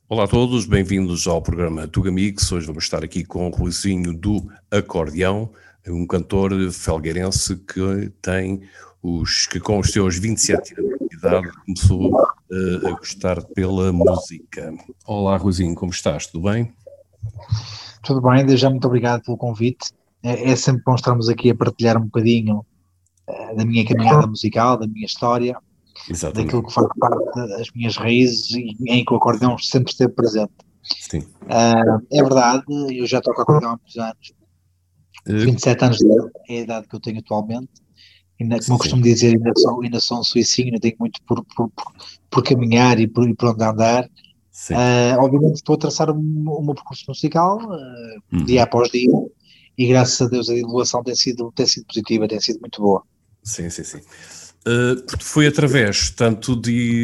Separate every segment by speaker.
Speaker 1: Olá a todos, bem-vindos ao programa Tugamix. Hoje vamos estar aqui com o Ruizinho do Acordeão, um cantor felgueirense que com os seus 27 anos de idade começou a gostar pela música. Olá Ruizinho, como estás? Tudo bem?
Speaker 2: Tudo bem, desde já muito obrigado pelo convite. É sempre bom estarmos aqui a partilhar um bocadinho da minha caminhada musical, da minha história, daquilo
Speaker 1: Exatamente.
Speaker 2: que faz parte das minhas raízes e em que o acordeão sempre esteve presente.
Speaker 1: Sim.
Speaker 2: É verdade, eu já toco acordeão há muitos anos, 27 anos de idade é a idade que eu tenho atualmente. Ainda, como eu
Speaker 1: Sim.
Speaker 2: costumo dizer, ainda sou um suicinho, ainda tenho muito por caminhar e por onde andar.
Speaker 1: Sim.
Speaker 2: Obviamente estou a traçar o meu percurso musical, dia
Speaker 1: Uhum.
Speaker 2: após dia, e graças a Deus a evolução tem sido positiva, tem sido muito boa.
Speaker 1: Sim. Foi através, tanto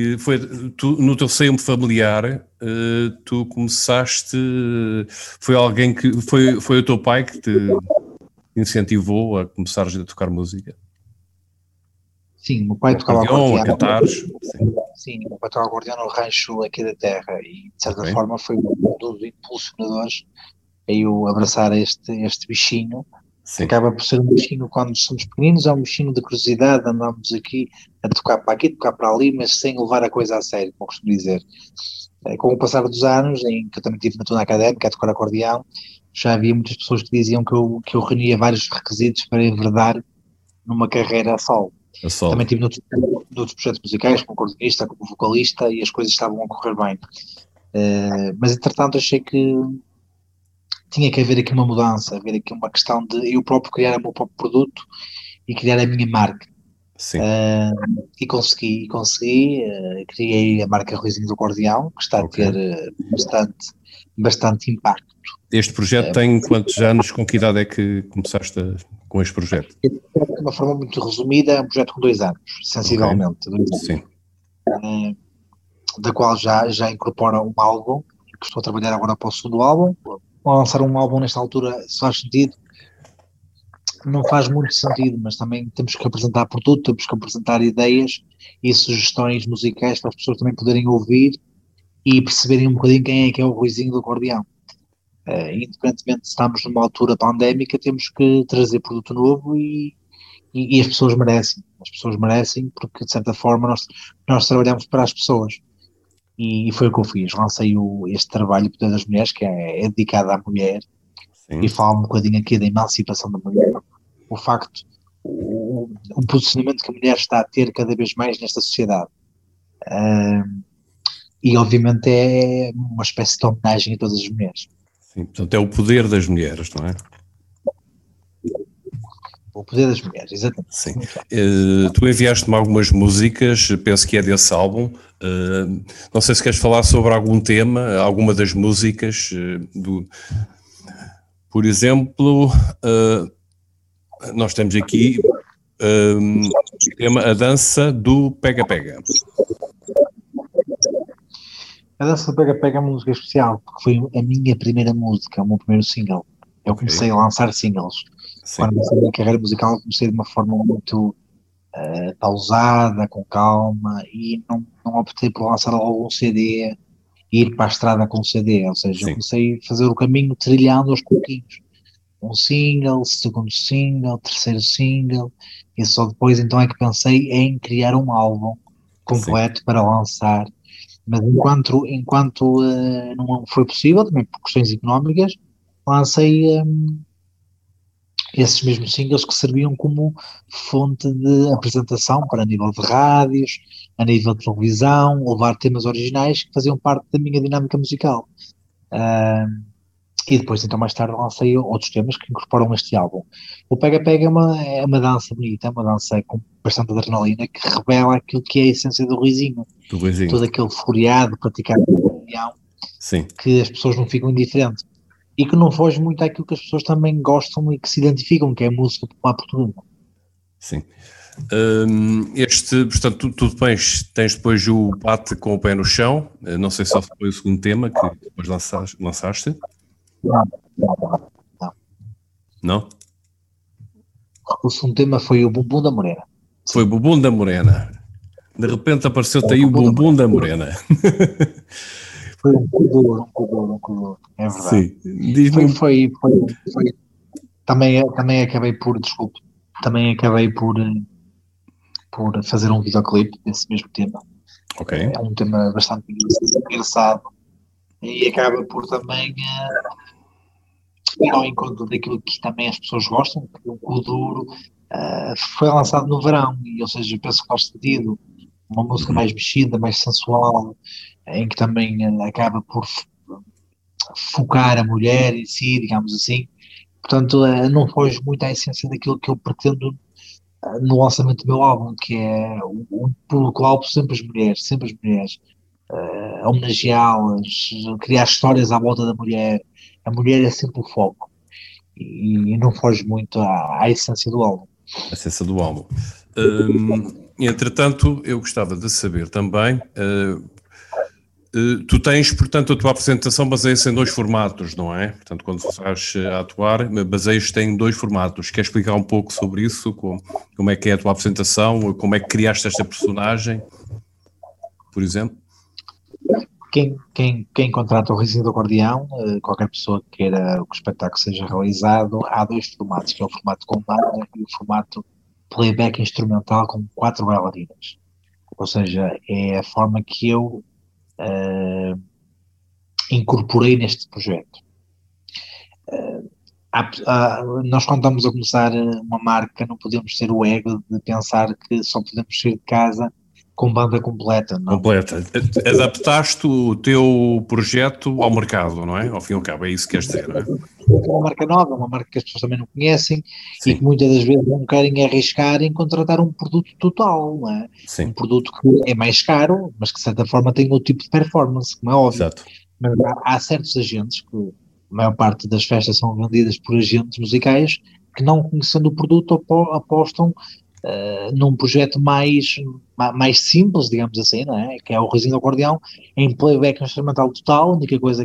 Speaker 1: no teu seio familiar, tu começaste, foi alguém que, foi o teu pai que te incentivou a começares a tocar música?
Speaker 2: Sim, o meu pai
Speaker 1: O
Speaker 2: tocava
Speaker 1: acordeão, a
Speaker 2: acordeão,
Speaker 1: cantares? Sim.
Speaker 2: sim, o meu pai tocava acordeão no rancho aqui da terra e de certa
Speaker 1: Ok.
Speaker 2: forma foi um dos impulsionadores a eu abraçar este bichinho, que
Speaker 1: Sim.
Speaker 2: acaba por ser um bichinho quando somos pequeninos, é um bichinho de curiosidade, andamos aqui a tocar para aqui, tocar para ali, mas sem levar a coisa a sério, como eu costumo dizer. Com o passar dos anos, em que eu também estive na turma académica a tocar acordeão, já havia muitas pessoas que diziam que eu reunia vários requisitos para enverdar numa carreira a solo.
Speaker 1: A
Speaker 2: Também
Speaker 1: solo.
Speaker 2: estive noutros projetos musicais, como acordeonista, como vocalista, e as coisas estavam a correr bem. Mas entretanto achei que tinha que haver aqui uma mudança, haver aqui uma questão de eu próprio criar o meu próprio produto e criar a minha marca.
Speaker 1: Sim.
Speaker 2: E consegui, criei a marca Ruizinho do Acordeão, que está a
Speaker 1: Ok.
Speaker 2: ter bastante impacto.
Speaker 1: Este projeto tem quantos anos? Com que idade é que começaste com este projeto?
Speaker 2: De uma forma muito resumida, é um projeto com 2 anos,
Speaker 1: Ok.
Speaker 2: sensivelmente, 2 anos,
Speaker 1: Sim.
Speaker 2: da qual já incorpora um álbum, que estou a trabalhar agora para o segundo álbum. Lançar um álbum nesta altura, se faz sentido, não faz muito sentido, mas também temos que apresentar produto, temos que apresentar ideias e sugestões musicais para as pessoas também poderem ouvir e perceberem um bocadinho quem é que é o Ruizinho do Acordeão. Independentemente se estamos numa altura pandémica, temos que trazer produto novo e as pessoas merecem. As pessoas merecem porque, de certa forma, nós trabalhamos para as pessoas. E foi o que eu fiz. Lancei este trabalho Poder das Mulheres, que é dedicado à mulher, e
Speaker 1: Sim.
Speaker 2: falo um bocadinho aqui da emancipação da mulher. O facto, o posicionamento que a mulher está a ter cada vez mais nesta sociedade. E, obviamente, é uma espécie de homenagem a todas as mulheres.
Speaker 1: Sim. Portanto, é o poder das mulheres, não é?
Speaker 2: O poder das mulheres, exatamente.
Speaker 1: Sim.
Speaker 2: Muito bem.
Speaker 1: Tu enviaste-me algumas músicas, penso que é desse álbum. Não sei se queres falar sobre algum tema, alguma das músicas. Por exemplo, nós temos aqui o tema A Dança do Pega-Pega.
Speaker 2: A Dança do Pega Pega é uma música especial, porque foi a minha primeira música, o meu primeiro single. Eu
Speaker 1: Ok.
Speaker 2: comecei a lançar singles.
Speaker 1: Sim.
Speaker 2: Quando comecei a minha carreira musical, comecei de uma forma muito pausada, com calma, e não optei por lançar logo um CD e ir para a estrada com um CD. Ou seja, eu
Speaker 1: Sim.
Speaker 2: comecei a fazer o caminho trilhando aos pouquinhos. Um single, segundo single, terceiro single, e só depois então é que pensei em criar um álbum
Speaker 1: Sim.
Speaker 2: completo para lançar. Mas enquanto não foi possível, também por questões económicas, lancei esses mesmos singles que serviam como fonte de apresentação para nível de rádios, a nível de televisão, levar temas originais que faziam parte da minha dinâmica musical. E depois, então, mais tarde lancei outros temas que incorporam este álbum. O Pega Pega é uma dança bonita, é uma dança com bastante adrenalina que revela aquilo que é a essência do risinho.
Speaker 1: Do Luizinho.
Speaker 2: Todo aquele floreado praticado na reunião
Speaker 1: Sim.
Speaker 2: que as pessoas não ficam indiferentes. E que não foge muito àquilo que as pessoas também gostam e que se identificam, que é a música popular portuguesa.
Speaker 1: Sim. Portanto, tu tens depois o Bate com o Pé no Chão. Não sei se foi o segundo tema que depois lançaste.
Speaker 2: Não, não, não.
Speaker 1: Não?
Speaker 2: O segundo tema foi o Bumbum da Morena.
Speaker 1: Foi
Speaker 2: Sim,
Speaker 1: o Bumbum da Morena. De repente apareceu-te
Speaker 2: o
Speaker 1: aí o
Speaker 2: Bumbum da
Speaker 1: Bumbum
Speaker 2: Morena.
Speaker 1: da Morena.
Speaker 2: Foi um cu duro, é verdade.
Speaker 1: Sim, diz-me.
Speaker 2: Foi. Também acabei por, desculpe, também acabei por fazer um videoclipe desse mesmo tema.
Speaker 1: Ok,
Speaker 2: É um tema bastante engraçado e acaba por também ir ao encontro daquilo que também as pessoas gostam, porque o Kuduro foi lançado no verão, ou seja, eu penso que faz sentido, uma música mais mexida, mais sensual, em que também acaba por focar a mulher em si, digamos assim. Portanto, não foge muito à essência daquilo que eu pretendo no lançamento do meu álbum, que é o público-alvo sempre as mulheres, homenageá-las, criar histórias à volta da mulher. A mulher é sempre o foco e não foge muito à essência do álbum.
Speaker 1: a essência do álbum. Entretanto, eu gostava de saber também, tu tens, portanto, a tua apresentação baseia-se em dois formatos, não é? Portanto, quando estás a atuar, baseias-te em dois formatos. Queres explicar um pouco sobre isso? Como é que é a tua apresentação? Como é que criaste esta personagem, por exemplo?
Speaker 2: Quem contrata o Risinho do Acordeão, qualquer pessoa que queira que o espetáculo seja realizado, há dois formatos, que é o formato com banda e o formato playback instrumental com 4 bailarinas. Ou seja, é a forma que eu incorporei neste projeto. Nós, quando estamos a começar uma marca, não podemos ter o ego de pensar que só podemos sair de casa com banda completa, não.
Speaker 1: Completa. Adaptaste o teu projeto ao mercado, não é? Ao fim e ao cabo, é isso que queres dizer, não é?
Speaker 2: É uma marca nova, uma marca que as pessoas também não conhecem e que
Speaker 1: Sim,
Speaker 2: muitas das vezes não querem arriscar em contratar um produto total, não é? Um
Speaker 1: sim,
Speaker 2: produto que é mais caro, mas que de certa forma tem outro tipo de performance, como é óbvio.
Speaker 1: exato.
Speaker 2: Mas há certos agentes, que a maior parte das festas são vendidas por agentes musicais, que não conhecendo o produto apostam num projeto mais simples, digamos assim, não é? Que é o Risinho do Acordeão, em playback instrumental total, a única coisa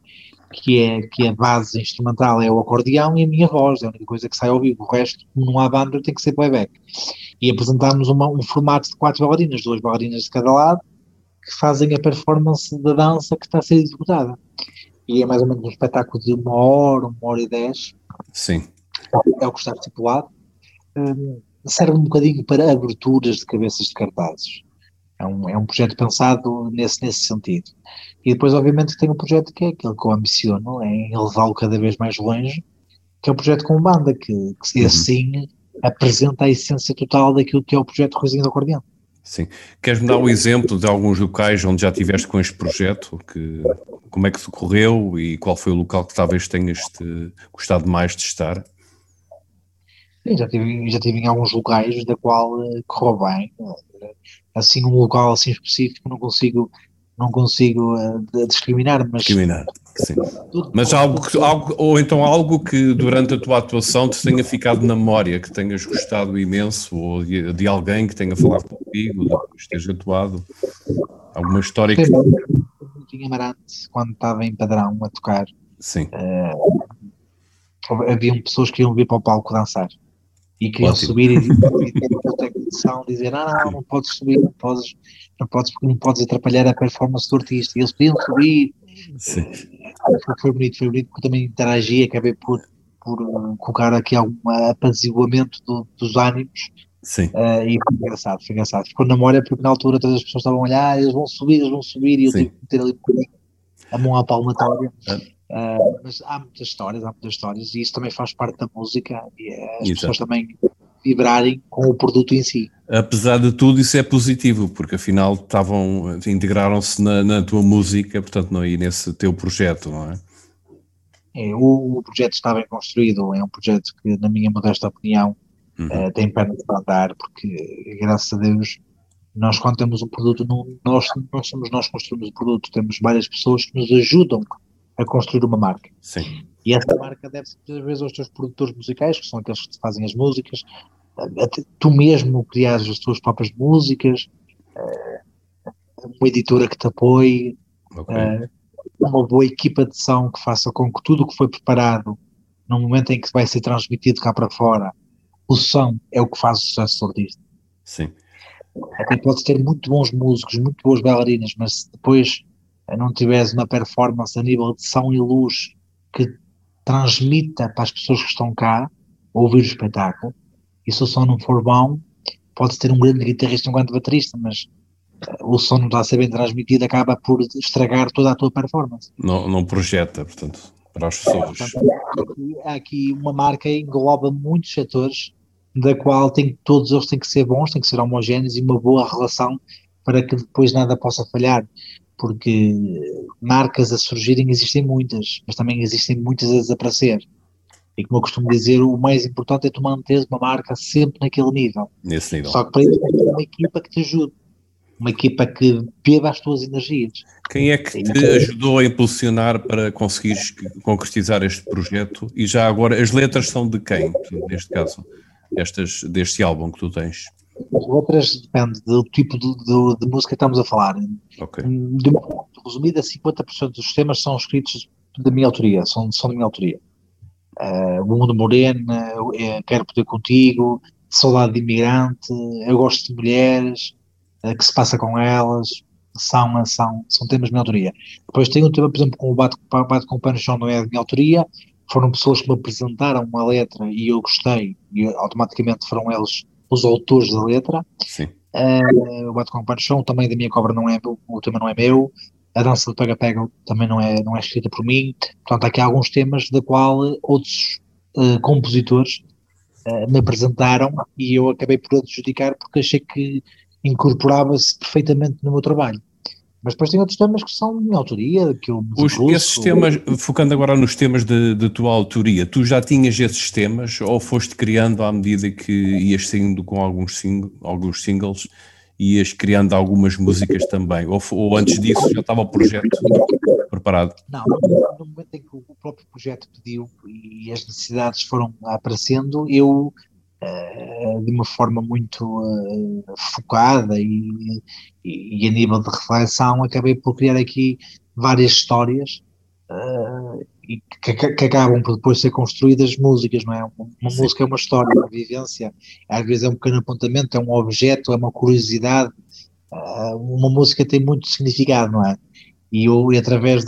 Speaker 2: que é base instrumental é o acordeão e a minha voz, é a única coisa que sai ao vivo, o resto, como não há banda, tem que ser playback. E apresentámos um formato de 4 bailarinas, 2 bailarinas de cada lado, que fazem a performance da dança que está a ser executada. E é mais ou menos um espetáculo de 1 hora e 10,
Speaker 1: Sim,
Speaker 2: é o que está estipulado. Serve um bocadinho para aberturas de cabeças de cartazes. É um projeto pensado nesse sentido. E depois, obviamente, tem um projeto que é aquele que eu ambiciono, é em levá-lo cada vez mais longe, que é o projeto com banda, que assim apresenta a essência total daquilo que é o projeto Ruizinho do Acordeão.
Speaker 1: sim. Queres-me dar um exemplo de alguns locais onde já estiveste com este projeto? Como é que decorreu e qual foi o local que talvez tenhas gostado mais de estar?
Speaker 2: Sim, já tive em alguns locais da qual correu bem. Assim, um local assim específico não consigo discriminar, mas
Speaker 1: Discriminado, sim.
Speaker 2: tudo,
Speaker 1: Mas
Speaker 2: tudo, tudo,
Speaker 1: ou então algo que durante a tua atuação te tenha ficado na memória, que tenhas gostado imenso, ou de alguém que tenha falado contigo, depois esteja atuado. Alguma história
Speaker 2: foi
Speaker 1: que.
Speaker 2: muito em Amarante, quando estava em Padrão a tocar.
Speaker 1: Sim,
Speaker 2: Haviam pessoas que iam vir para o palco dançar e queriam
Speaker 1: ótimo.
Speaker 2: subir e ter o técnico de som dizer, não podes subir, não podes porque não podes atrapalhar a performance do artista. E eles podiam subir.
Speaker 1: Sim,
Speaker 2: Foi bonito porque também interagi, acabei por colocar aqui algum apaziguamento dos ânimos.
Speaker 1: sim,
Speaker 2: E foi engraçado. Ficou na memória porque na altura todas as pessoas estavam a olhar, eles vão subir, e eu tive
Speaker 1: sim.
Speaker 2: que meter ali um bocadinho a mão à palmatória.
Speaker 1: Ah,
Speaker 2: Mas há muitas histórias, e isso também faz parte da música, e as pessoas
Speaker 1: exato.
Speaker 2: também vibrarem com o produto em si.
Speaker 1: Apesar de tudo, isso é positivo, porque afinal integraram-se na tua música, portanto, não aí nesse teu projeto, não é?
Speaker 2: O projeto está bem construído, é um projeto que, na minha modesta opinião,
Speaker 1: Uhum.
Speaker 2: tem pernas para andar, porque, graças a Deus, nós quando temos um produto, não somos nós que construímos o produto, temos várias pessoas que nos ajudam a construir uma marca.
Speaker 1: Sim,
Speaker 2: E essa marca deve-se muitas vezes aos teus produtores musicais, que são aqueles que te fazem as músicas, até tu mesmo criares as tuas próprias músicas, uma editora que te apoie,
Speaker 1: ok.
Speaker 2: eh, uma boa equipa de som que faça com que tudo o que foi preparado no momento em que vai ser transmitido cá para fora, o som é o que faz o sucesso do artista.
Speaker 1: Sim,
Speaker 2: Até podes ter muito bons músicos, muito boas bailarinas, mas se depois não tiveres uma performance a nível de som e luz que transmita para as pessoas que estão cá a ouvir o espetáculo, e se o som não for bom, pode ter um grande guitarrista, um grande baterista, mas o som não está a ser bem transmitido, acaba por estragar toda a tua performance.
Speaker 1: Não projeta, portanto, para as pessoas.
Speaker 2: Portanto, há aqui uma marca que engloba muitos setores, da qual todos eles têm que ser bons, têm que ser homogéneos e uma boa relação para que depois nada possa falhar, porque marcas a surgirem existem muitas, mas também existem muitas a desaparecer. E como eu costumo dizer, o mais importante é tu manteres uma marca sempre naquele nível.
Speaker 1: Nesse nível.
Speaker 2: Só que para isso tens de ter uma equipa que te ajude, uma equipa que beba as tuas energias.
Speaker 1: Quem é que te ajudou a impulsionar para conseguires concretizar este projeto? E já agora, as letras são de quem, neste caso, deste álbum que tu tens?
Speaker 2: As letras depende do tipo de música que estamos a falar.
Speaker 1: Ok.
Speaker 2: De uma forma resumida, 50% dos temas são escritos da minha autoria, são da minha autoria. O Mundo Moreno, Quero Poder Contigo, Saudade de Imigrante, Eu Gosto de Mulheres, Que Se Passa Com Elas, são temas de minha autoria. Depois tem um tema, por exemplo, com o Bate com o Pano no Chão, não é de minha autoria, foram pessoas que me apresentaram uma letra e eu gostei, e automaticamente foram eles os autores da letra.
Speaker 1: Sim.
Speaker 2: O Bate com o Pano no Chão, também da minha cobra não é, o tema não é meu. A Dança do Pega-Pega também não é escrita por mim. Portanto, há aqui alguns temas da qual outros compositores me apresentaram e eu acabei por adjudicar porque achei que incorporava-se perfeitamente no meu trabalho. Mas depois tem outros temas que são de minha autoria, que eu
Speaker 1: Esses temas, focando agora nos temas de tua autoria, tu já tinhas esses temas ou foste criando à medida que ias saindo com alguns singles, ias criando algumas músicas também? Ou antes disso já estava o projeto preparado?
Speaker 2: Não, no momento em que o próprio projeto pediu e as necessidades foram aparecendo, eu, de uma forma muito focada e a nível de reflexão, acabei por criar aqui várias histórias e que acabam por depois ser construídas músicas, não é? Uma música é uma história, uma vivência, às vezes é um pequeno apontamento, é um objeto, é uma curiosidade, uma música tem muito significado, não é? E eu, através de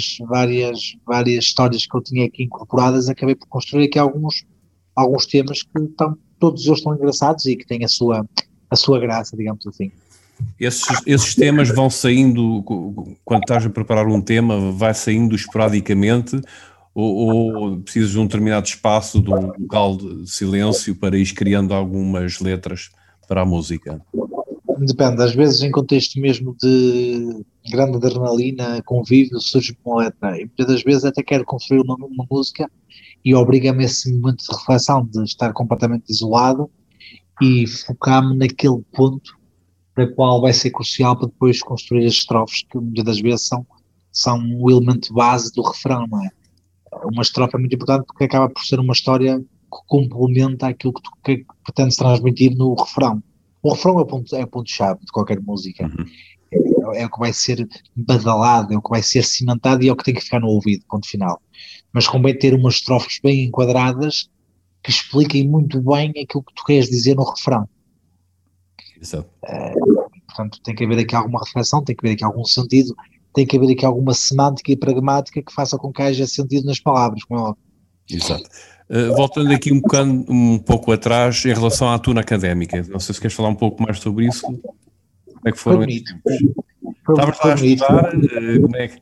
Speaker 2: várias histórias que eu tinha aqui incorporadas, acabei por construir aqui alguns temas que todos eles estão engraçados e que têm a sua graça, digamos assim.
Speaker 1: Esses temas vão saindo, quando estás a preparar um tema, vai saindo esporadicamente ou precisas de um determinado espaço, de um local de silêncio para ir criando algumas letras para a música?
Speaker 2: Depende, às vezes em contexto mesmo de grande adrenalina, convívio, surge uma letra e muitas das vezes até quero construir uma música e obriga-me a esse momento de reflexão, de estar completamente isolado e focar-me naquele ponto da qual vai ser crucial para depois construir as estrofes, que muitas das vezes são o elemento base do refrão, não é? Uma estrofe é muito importante porque acaba por ser uma história que complementa aquilo que pretendes transmitir no refrão. O refrão é o ponto-chave de qualquer música. É o que vai ser badalado, é o que vai ser cimentado e é o que tem que ficar no ouvido, ponto final. Mas convém ter umas estrofes bem enquadradas que expliquem muito bem aquilo que tu queres dizer no refrão.
Speaker 1: Exato.
Speaker 2: Portanto, tem que haver aqui alguma reflexão, tem que haver aqui algum sentido, tem que haver aqui alguma semântica e pragmática que faça com que haja sentido nas palavras, como é óbvio.
Speaker 1: Exato. Voltando aqui um pouco atrás, em relação à tuna académica, não sei se queres falar um pouco mais sobre isso. Como é que foram esses tempos? Estavas lá a estudar? Como é que...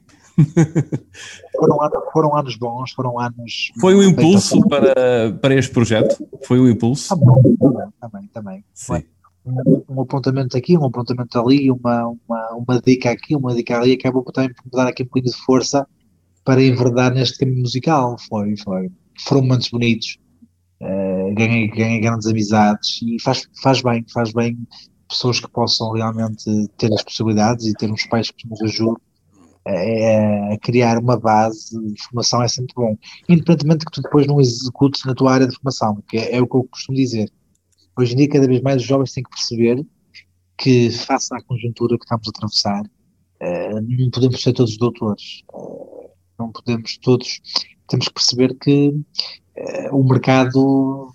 Speaker 2: Foram anos bons, foram anos...
Speaker 1: Foi um impulso para este projeto? Foi um impulso?
Speaker 2: Também.
Speaker 1: Sim.
Speaker 2: Um apontamento aqui, um apontamento ali, uma dica aqui, uma dica ali, acabou também por me dar aqui um bocadinho de força para enverdar neste caminho musical. Foram momentos bonitos, ganhei grandes amizades e faz bem pessoas que possam realmente ter as possibilidades e ter uns pais que nos ajudem a criar uma base de formação. É sempre bom, independentemente de que tu depois não executes na tua área de formação, que é o que eu costumo dizer. Hoje em dia, cada vez mais os jovens têm que perceber que, face à conjuntura que estamos a atravessar, não podemos ser todos doutores, não podemos todos, temos que perceber que o mercado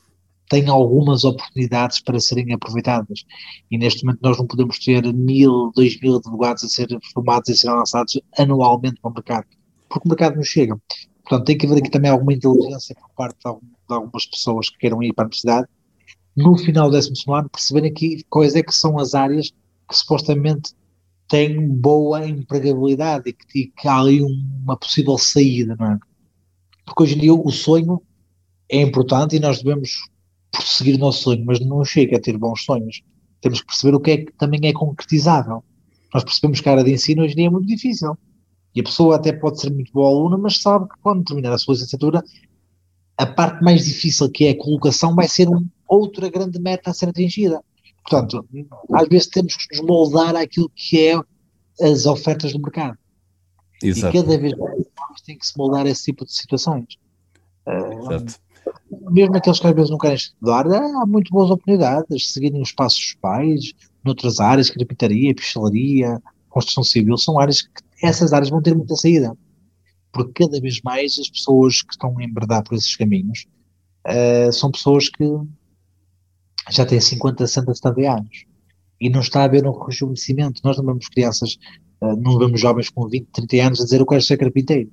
Speaker 2: têm algumas oportunidades para serem aproveitadas. E neste momento nós não podemos ter 1.000, 2.000 advogados a ser formados e a serem lançados anualmente para o mercado, porque o mercado não chega. Portanto, tem que haver aqui também alguma inteligência por parte de algumas pessoas que queiram ir para a universidade, no final do 12º ano, perceberem aqui quais é que são as áreas que supostamente têm boa empregabilidade e que há ali uma possível saída, não é? Porque hoje em dia o sonho é importante e nós devemos prosseguir o nosso sonho, mas não chega a ter bons sonhos. Temos que perceber o que é que também é concretizável. Nós percebemos que a área de ensino hoje em dia é muito difícil. E a pessoa até pode ser muito boa aluna, mas sabe que quando terminar a sua licenciatura, a parte mais difícil, que é a colocação, vai ser outra grande meta a ser atingida. Portanto, às vezes temos que nos moldar àquilo que é as ofertas do mercado.
Speaker 1: Exato.
Speaker 2: E cada vez mais tem que se moldar a esse tipo de situações.
Speaker 1: Exato.
Speaker 2: Mesmo aqueles que às vezes não querem estudar, há muito boas oportunidades, seguirem os passos dos pais, noutras áreas, carpintaria, pistelaria, construção civil, são áreas que essas áreas vão ter muita saída, porque cada vez mais as pessoas que estão a enverdar por esses caminhos são pessoas que já têm 50, 60, 70 anos e não está a haver um rejuvenescimento. Nós não vemos crianças, não vemos jovens com 20, 30 anos a dizer eu quero ser carpinteiro,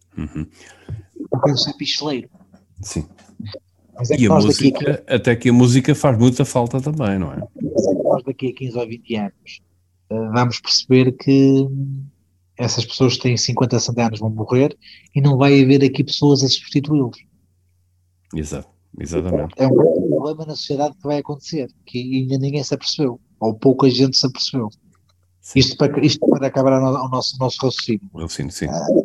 Speaker 2: eu quero ser pistoleiro.
Speaker 1: Sim.
Speaker 2: Mas é
Speaker 1: E
Speaker 2: que
Speaker 1: a
Speaker 2: nós
Speaker 1: música, até que a música faz muita falta também, não é?
Speaker 2: nós daqui a 15 ou 20 anos vamos perceber que essas pessoas que têm 50, 60 anos vão morrer e não vai haver aqui pessoas a substituí-los.
Speaker 1: Exato, exatamente.
Speaker 2: É um grande problema na sociedade que vai acontecer, que ainda ninguém se apercebeu, ou pouca gente se apercebeu.
Speaker 1: Sim.
Speaker 2: Isto para acabar o nosso raciocínio.
Speaker 1: Sim.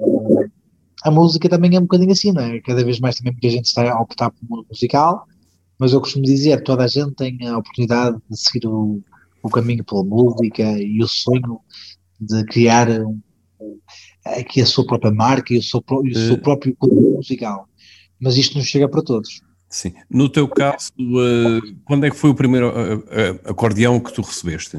Speaker 2: A música também é um bocadinho assim, não é? Cada vez mais também muita gente está a optar por mundo musical, mas eu costumo dizer, toda a gente tem a oportunidade de seguir o caminho pela música e o sonho de criar aqui a sua própria marca e o seu próprio conteúdo musical. Mas isto não chega para todos.
Speaker 1: Sim. No teu caso, quando é que foi o primeiro acordeão que tu recebeste?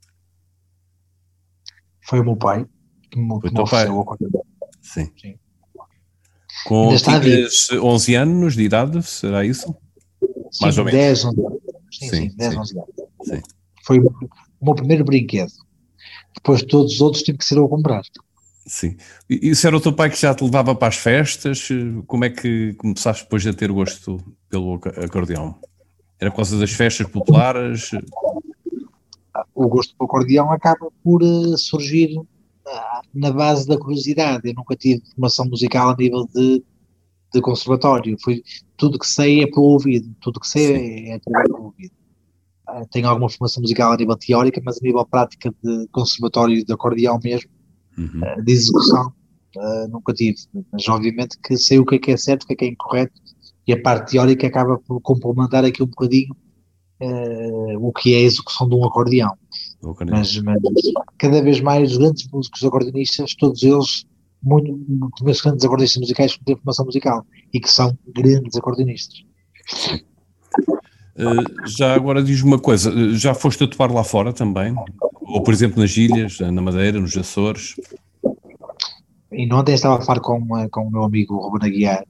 Speaker 2: Foi o meu pai que me
Speaker 1: Foi o teu
Speaker 2: ofereceu
Speaker 1: pai?
Speaker 2: o acordeão.
Speaker 1: Sim.
Speaker 2: Sim.
Speaker 1: Com,
Speaker 2: Ainda está vivo.
Speaker 1: tinhas 11 anos de idade, será isso?
Speaker 2: Sim,
Speaker 1: Mais ou menos.
Speaker 2: 10, 11 anos. Sim, 10,
Speaker 1: Sim.
Speaker 2: 11 anos.
Speaker 1: Sim.
Speaker 2: Foi o meu primeiro brinquedo. Depois todos os outros tive que ser eu a comprar.
Speaker 1: Sim. E isso era o teu pai que já te levava para as festas? Como é que começaste depois a ter gosto pelo acordeão? Era por causa das festas populares?
Speaker 2: O gosto pelo acordeão acaba por surgir na base da curiosidade. Eu nunca tive formação musical a nível de conservatório. Foi, tudo que sei é pelo ouvido. Tudo que
Speaker 1: Sim.
Speaker 2: sei é através do ouvido. Tenho alguma formação musical a nível teórica, mas a nível prática de conservatório de acordeão mesmo, de execução, nunca tive. Mas obviamente que sei o que é certo, o que é incorreto, e a parte teórica acaba por complementar aqui um bocadinho o que é a execução de um acordeão. Mas cada vez mais os grandes músicos acordeonistas, todos eles, muitos grandes acordeonistas musicais que têm formação musical e que são grandes acordeonistas.
Speaker 1: Sim. Já agora diz-me uma coisa, já foste a topar lá fora também? Ou por exemplo nas ilhas, na Madeira, nos Açores?
Speaker 2: E ontem estava a falar com o meu amigo Ruben Aguiar,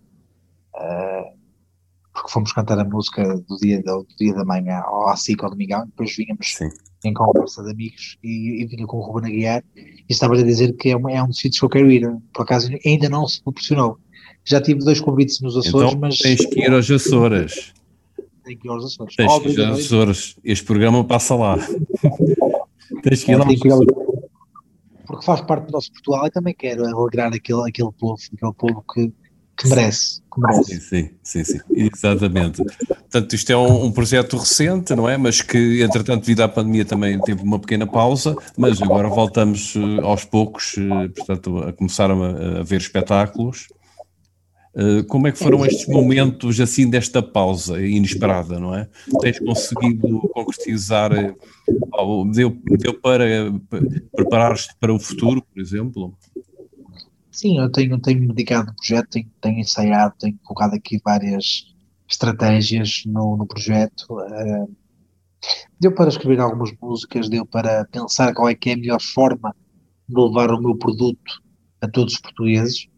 Speaker 2: porque fomos cantar a música do dia da manhã ao SIC ao Domingão, e depois vínhamos
Speaker 1: Sim.
Speaker 2: em conversa de amigos e vinha com o Ruben Aguiar e estava a dizer que é um dos sítios que eu quero ir. Por acaso ainda não se proporcionou. Já tive 2 convites nos Açores,
Speaker 1: Então
Speaker 2: mas
Speaker 1: tens que ir aos Açores.
Speaker 2: tenho que ir aos Açores.
Speaker 1: Tens que ir aos Açores. Este programa passa lá. Tens que ir lá.
Speaker 2: Porque faz parte do nosso Portugal e também quero alegrar aquele povo que merece.
Speaker 1: Sim, exatamente. Portanto, isto é um projeto recente, não é? Mas que, entretanto, devido à pandemia também teve uma pequena pausa, mas agora voltamos aos poucos, portanto, a começar a ver espetáculos. Como é que foram estes momentos, assim, desta pausa inesperada, não é? Tens conseguido concretizar, deu para preparar-te para o futuro, por exemplo?
Speaker 2: Sim, eu tenho me dedicado ao projeto, tenho ensaiado, tenho colocado aqui várias estratégias no projeto. Deu para escrever algumas músicas, deu para pensar qual é que é a melhor forma de levar o meu produto a todos os portugueses.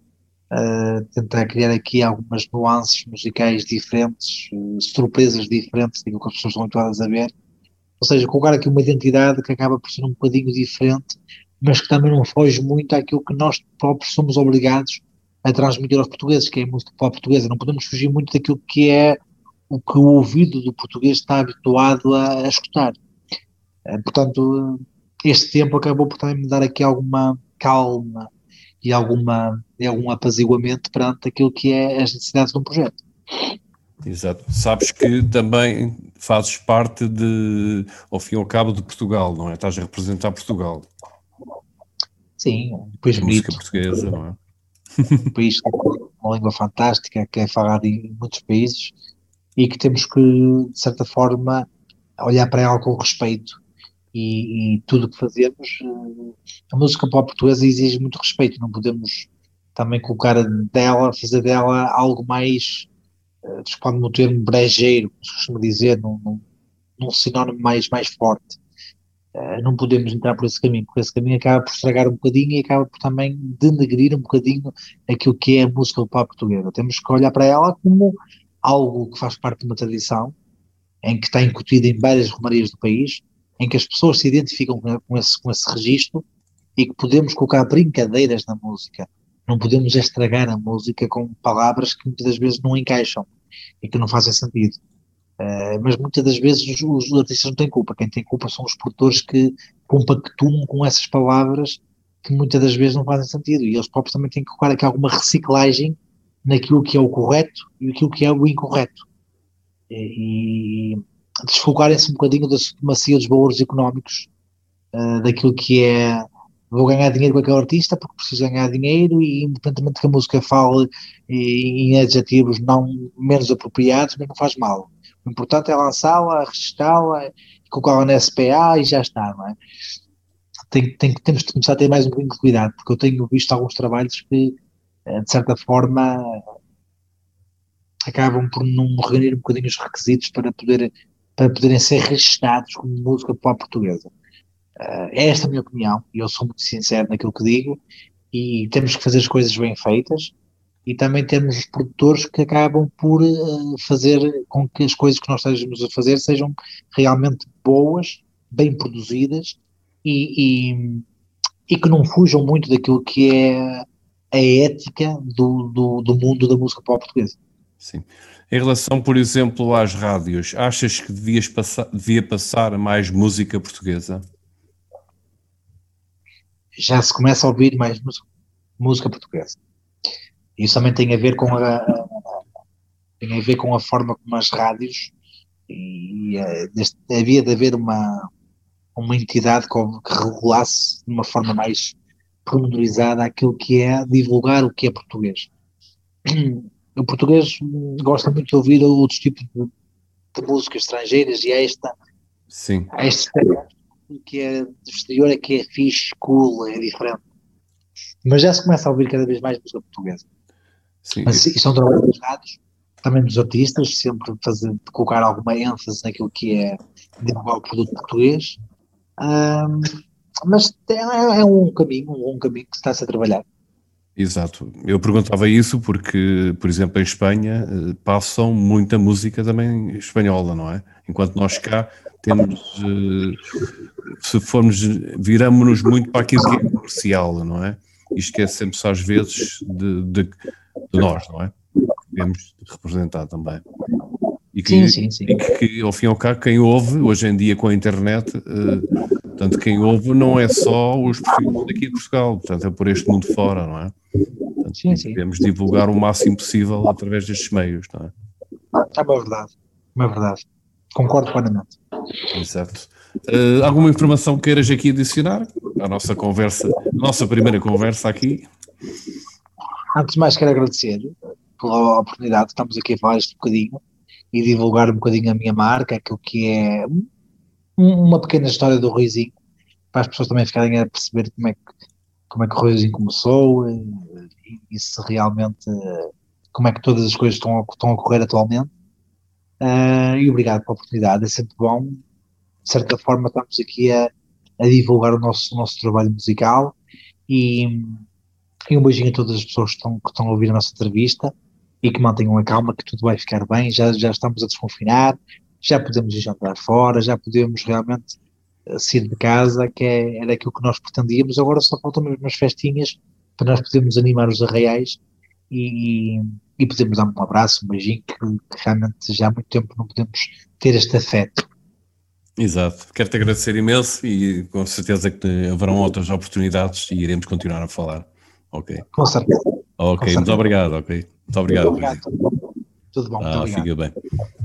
Speaker 2: tentar criar aqui algumas nuances musicais diferentes, surpresas diferentes daquilo que as pessoas estão habituadas a ver. Ou seja, colocar aqui uma identidade que acaba por ser um bocadinho diferente, mas que também não foge muito àquilo que nós próprios somos obrigados a transmitir aos portugueses, que é a música popular portuguesa. Não podemos fugir muito daquilo que é o que o ouvido do português está habituado a escutar. Portanto, este tempo acabou por também me dar aqui alguma calma e algum apaziguamento perante aquilo que é as necessidades de um projeto.
Speaker 1: Exato. Sabes que também fazes parte ao fim e ao cabo, de Portugal, não é? Estás a representar Portugal.
Speaker 2: Sim, um país
Speaker 1: A
Speaker 2: bonito.
Speaker 1: música portuguesa, não é?
Speaker 2: Um país com uma língua fantástica, que é falada em muitos países e que temos que, de certa forma, olhar para ela com respeito. E tudo o que fazemos, a música pop portuguesa exige muito respeito, não podemos também colocar dela, fazer dela algo mais, desculpa-me o termo, brejeiro, como se costuma dizer, num sinónimo mais forte. Não podemos entrar por esse caminho, porque esse caminho acaba por estragar um bocadinho e acaba por também denegrir um bocadinho aquilo que é a música pop portuguesa. Temos que olhar para ela como algo que faz parte de uma tradição, em que está incutida em várias romarias do país, em que as pessoas se identificam com esse registro e que podemos colocar brincadeiras na música. Não podemos estragar a música com palavras que muitas das vezes não encaixam e que não fazem sentido. Mas muitas das vezes os artistas não têm culpa. Quem tem culpa são os produtores que compactuam com essas palavras que muitas das vezes não fazem sentido. E eles próprios também têm que colocar aqui alguma reciclagem naquilo que é o correto e aquilo que é o incorreto. E desfocarem-se um bocadinho da supremacia dos valores económicos, daquilo que é vou ganhar dinheiro com aquele artista porque preciso ganhar dinheiro e independentemente que a música fale em adjetivos não menos apropriados, mas não faz mal. O importante é lançá-la, registá-la, colocá-la na SPA e já está, não é? Temos de começar a ter mais um bocadinho de cuidado, porque eu tenho visto alguns trabalhos que, de certa forma, acabam por não reunir um bocadinho os requisitos para poderem ser registados como música pop portuguesa. É esta a minha opinião, e eu sou muito sincero naquilo que digo, e temos que fazer as coisas bem feitas, e também temos os produtores que acabam por fazer com que as coisas que nós estejamos a fazer sejam realmente boas, bem produzidas, e, e que não fujam muito daquilo que é a ética do mundo da música pop portuguesa.
Speaker 1: Sim. Em relação, por exemplo, às rádios, achas que devia passar mais música portuguesa?
Speaker 2: Já se começa a ouvir mais música portuguesa. Isso também tem a ver com a forma como as rádios havia de haver uma entidade que regulasse de uma forma mais pormenorizada aquilo que é divulgar o que é português. O português gosta muito de ouvir outros tipos de músicas estrangeiras e
Speaker 1: Sim.
Speaker 2: há este que é do exterior é que é fixe, cool, é diferente. Mas já se começa a ouvir cada vez mais música portuguesa.
Speaker 1: Sim.
Speaker 2: Mas isso é um trabalho dos rádios, também dos artistas, sempre colocar alguma ênfase naquilo que é divulgar o produto português. Mas é um caminho que está-se a trabalhar.
Speaker 1: Exato. Eu perguntava isso porque, por exemplo, em Espanha passam muita música também espanhola, não é? Enquanto nós cá temos, se formos, viramos-nos muito para aquilo que é comercial, não é? E esquecemos às vezes de nós, não é? Devemos representar também. E que,
Speaker 2: Sim.
Speaker 1: E que, ao fim e ao cabo, quem ouve, hoje em dia com a internet, portanto, quem ouve não é só os perfis daqui de Portugal, portanto, é por este mundo fora, não é? Portanto,
Speaker 2: Sim.
Speaker 1: devemos divulgar o máximo possível através destes meios, não é?
Speaker 2: É uma verdade. Concordo plenamente.
Speaker 1: Exato. Alguma informação queiras aqui adicionar à nossa conversa, nossa primeira conversa aqui?
Speaker 2: Antes de mais, quero agradecer pela oportunidade, estamos aqui a falar este bocadinho e divulgar um bocadinho a minha marca, aquilo que é uma pequena história do Ruizinho, para as pessoas também ficarem a perceber como é que o Ruizinho começou e se realmente como é que todas as coisas estão a ocorrer atualmente. E obrigado pela oportunidade, é sempre bom. De certa forma, estamos aqui a divulgar o nosso trabalho musical e E um beijinho a todas as pessoas que estão a ouvir a nossa entrevista e que mantenham a calma, que tudo vai ficar bem. Já estamos a desconfinar, já podemos ir jantar fora, já podemos realmente sair de casa, era aquilo que nós pretendíamos. Agora só faltam mesmo umas festinhas para nós podermos animar os arraiais e podemos dar um abraço, um beijinho, que realmente já há muito tempo não podemos ter este afeto.
Speaker 1: Exato, quero-te agradecer imenso e com certeza que haverão outras oportunidades e iremos continuar a falar. Ok.
Speaker 2: Com certeza.
Speaker 1: Ok, muito obrigado, ok. Muito obrigado.
Speaker 2: Tudo bom, muito obrigado.
Speaker 1: Fica bem.